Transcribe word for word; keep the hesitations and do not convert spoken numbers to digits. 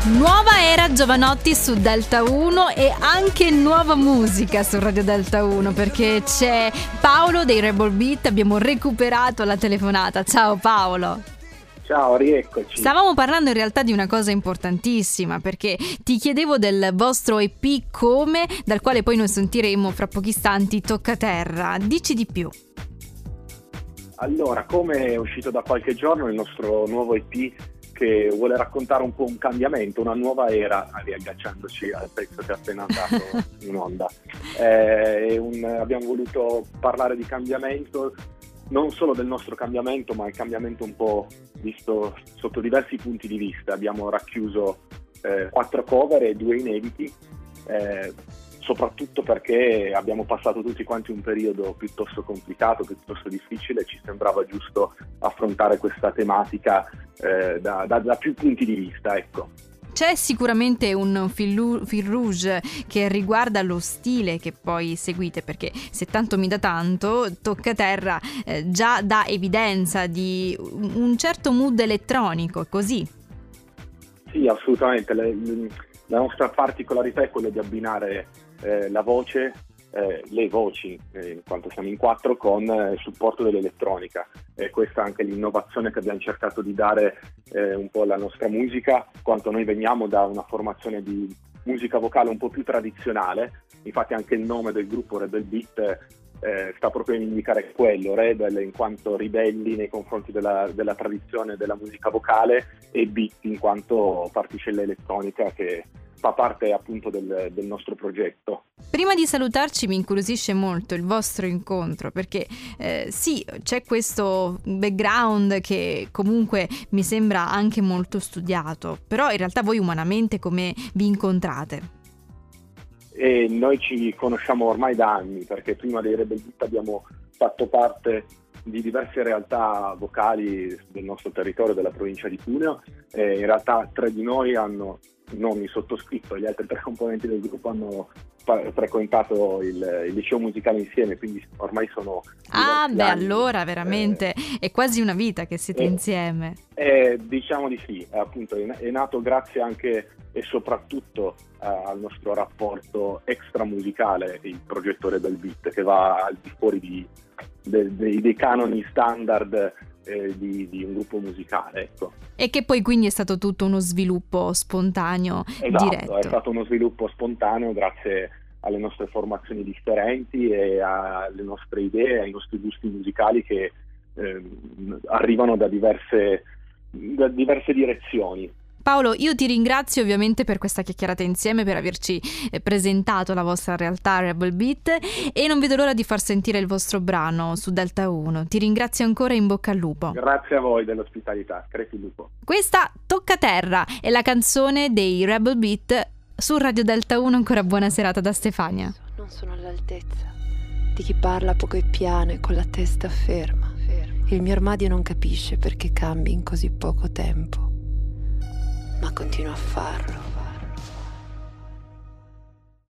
Nuova era Giovanotti su Delta uno e anche nuova musica su Radio Delta uno, perché c'è Paolo dei Rebel Beat. Abbiamo recuperato la telefonata. Ciao Paolo. Ciao, rieccoci. Stavamo parlando in realtà di una cosa importantissima, perché ti chiedevo del vostro E P Come, dal quale poi noi sentiremo fra pochi istanti Toccaterra. Dici di più. Allora, Come è uscito da qualche giorno il nostro nuovo E P che vuole raccontare un po' un cambiamento, una nuova era, riagganciandoci al pezzo che è appena andato in onda. Eh, è un, abbiamo voluto parlare di cambiamento, non solo del nostro cambiamento, ma il cambiamento un po' visto sotto diversi punti di vista. Abbiamo racchiuso eh, quattro cover e due inediti, eh, soprattutto perché abbiamo passato tutti quanti un periodo piuttosto complicato, piuttosto difficile, ci sembrava giusto affrontare questa tematica eh, da, da, da più punti di vista, ecco. C'è sicuramente un fil, fil rouge che riguarda lo stile che poi seguite, perché Se tanto mi dà tanto, Toccaterra eh, già dà evidenza di un certo mood elettronico, è così? Sì, assolutamente. Le, le, la nostra particolarità è quella di abbinare eh, la voce, eh, le voci, eh, in quanto siamo in quattro, con eh, il supporto dell'elettronica. E questa è anche l'innovazione che abbiamo cercato di dare eh, un po' alla nostra musica, quanto noi veniamo da una formazione di musica vocale un po' più tradizionale. Infatti anche il nome del gruppo Rebel Beat eh, sta proprio a indicare quello, rebel in quanto ribelli nei confronti della, della tradizione della musica vocale, e beat in quanto particella elettronica che fa parte appunto del, del nostro progetto. Prima di salutarci mi incuriosisce molto il vostro incontro, perché eh, sì, c'è questo background che comunque mi sembra anche molto studiato, però in realtà voi umanamente come vi incontrate? E noi ci conosciamo ormai da anni, perché prima dei Rebel Beat abbiamo fatto parte di diverse realtà vocali del nostro territorio, della provincia di Cuneo, e in realtà tre di noi hanno, non il sottoscritto, gli altri tre componenti del gruppo hanno frequentato il, il liceo musicale insieme, quindi ormai sono ah beh anni. Allora veramente eh, è quasi una vita che siete eh, insieme. Eh, diciamo di sì, appunto è, è nato grazie anche e soprattutto eh, al nostro rapporto extramusicale, il progetto Rebel Beat, che va al di fuori di, de, de, dei canoni standard eh, di, di un gruppo musicale, ecco. E che poi quindi è stato tutto uno sviluppo spontaneo, esatto, diretto. È stato uno sviluppo spontaneo grazie alle nostre formazioni differenti e alle nostre idee, ai nostri gusti musicali che eh, arrivano da diverse, da diverse direzioni. Paolo, io ti ringrazio ovviamente per questa chiacchierata insieme, per averci eh, presentato la vostra realtà Rebel Beat, e non vedo l'ora di far sentire il vostro brano su Delta uno. Ti ringrazio ancora e in bocca al lupo. Grazie a voi dell'ospitalità, crepi il lupo. Questa Toccaterra è la canzone dei Rebel Beat su Radio Delta uno. Ancora buona serata da Stefania. Non sono all'altezza di chi parla poco e piano e con la testa ferma. Il mio armadio non capisce perché cambi in così poco tempo, ma continua a farlo.